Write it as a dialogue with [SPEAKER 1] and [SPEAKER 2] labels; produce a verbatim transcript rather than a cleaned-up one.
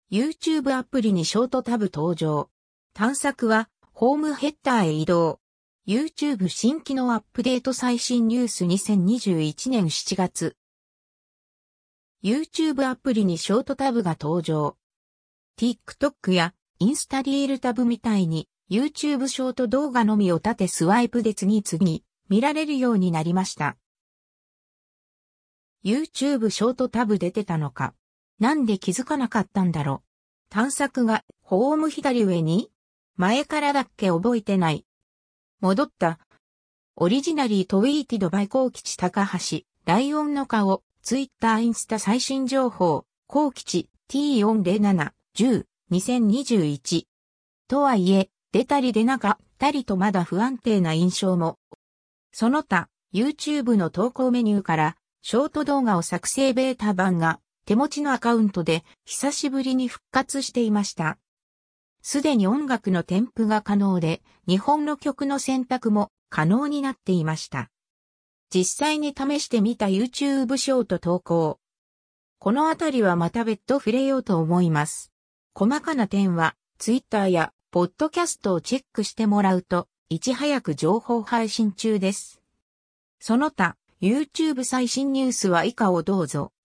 [SPEAKER 1] YouTube アプリにショートタブ登場。探索は、ホームヘッダーへ移動。YouTube 新機能アップデート最新ニュースにせんにじゅういちねんしちがつ。YouTube アプリにショートタブが登場。TikTok やインスタリールタブみたいに YouTube ショート動画のみを縦スワイプで次々見られるようになりました。YouTube ショートタブ出てたのか。なんで気づかなかったんだろう。探索がホーム左上に前からだっけ覚えてない。戻った。オリジナリートウィーティドバイコウキチ高橋、ライオンの顔、ツイッターインスタ最新情報、コウキチ ティーよんぜろなな、じゅう、にせんにじゅういち。とはいえ、出たり出なかったりとまだ不安定な印象も。その他、YouTube の投稿メニューから、ショート動画を作成ベータ版が、手持ちのアカウントで久しぶりに復活していました。すでに音楽の添付が可能で、日本の曲の選択も可能になっていました。実際に試してみた YouTube ショート投稿。このあたりはまた別途触れようと思います。細かな点は Twitter やポッドキャストをチェックしてもらうと、いち早く情報配信中です。その他、YouTube 最新ニュースは以下をどうぞ。